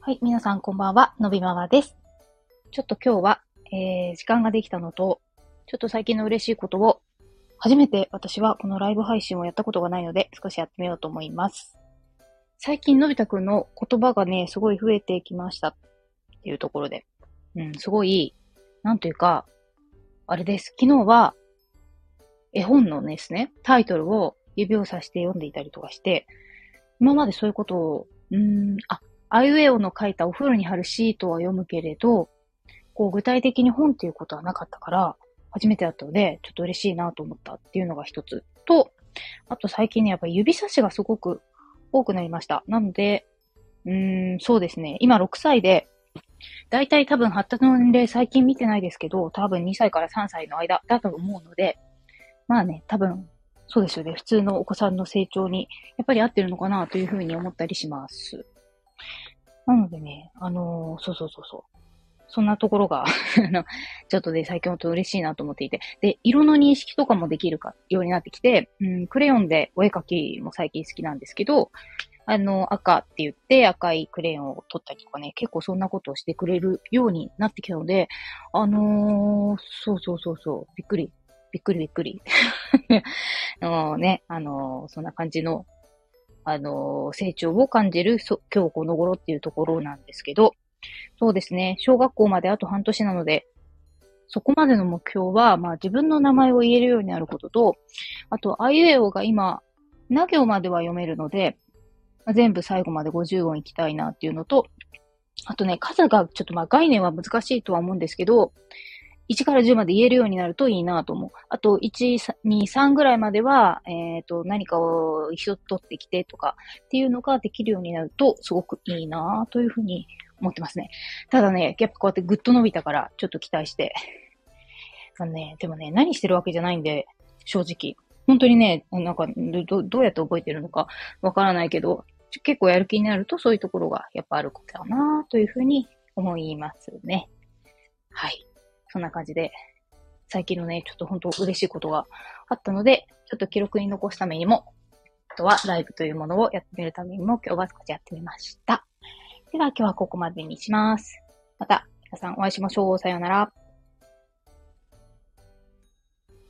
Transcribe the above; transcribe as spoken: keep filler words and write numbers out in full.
はい、皆さんこんばんは、のびママです。ちょっと今日は、えー、時間ができたのと、ちょっと最近の嬉しいことを、初めて私はこのライブ配信をやったことがないので、少しやってみようと思います。最近のび太くんの言葉がね、すごい増えてきましたっていうところで、うん、すごい、なんというか、あれです。昨日は、絵本のですね、タイトルを指をさして読んでいたりとかして、今までそういうことを、うーん、あ、あいうえおの書いたお風呂に貼るシートは読むけれど、こう具体的に本っていうことはなかったから、初めてだったので、ちょっと嬉しいなと思ったっていうのが一つと、あと最近ね、やっぱり指差しがすごく多くなりました。なので、うーん、そうですね。今ろくさいで、だいたい多分発達の年齢最近見てないですけど、多分にさいからさんさいの間だと思うので、まあね、多分、そうですよね。普通のお子さんの成長に、やっぱり合ってるのかなというふうに思ったりします。なのでね、あのーそうそうそうそう。そんなところがあの、ちょっとね、最近ほんと嬉しいなと思っていて。で、色の認識とかもできるか、ようになってきて、うん、クレヨンでお絵描きも最近好きなんですけど、あの、赤って言って赤いクレヨンを取ったりとかね、結構そんなことをしてくれるようになってきたので、あのーそうそうそうそう、びっくり、びっくりびっくり。あのね、あのーそんな感じの、あのー成長を感じる、そ今日この頃っていうところなんですけど、そうですね。小学校まであと半年なので、そこまでの目標は、まあ自分の名前を言えるようになることと、あと、あいうえおが今、な行までは読めるので、まあ全部最後までごじゅう音行きたいなっていうのと、あとね、数がちょっとまあ概念は難しいとは思うんですけど、いちからじゅうまで言えるようになるといいなと思う。あと、いち、に、さんぐらいまでは、えっと、何かを一つ取ってきてとかっていうのができるようになると、すごくいいなというふうに思ってますね。ただね、やっぱこうやってぐっと伸びたから、ちょっと期待して。あのね、でもね、何してるわけじゃないんで、正直。本当にね、なんか、ど、どうやって覚えてるのかわからないけど、結構やる気になるとそういうところがやっぱあることだなというふうに思いますね。はい。そんな感じで、最近のね、ちょっと本当嬉しいことがあったので、ちょっと記録に残すためにも、あとはライブというものをやってみるためにも、今日は少しやってみました。では今日はここまでにします。また皆さんお会いしましょう。さようなら。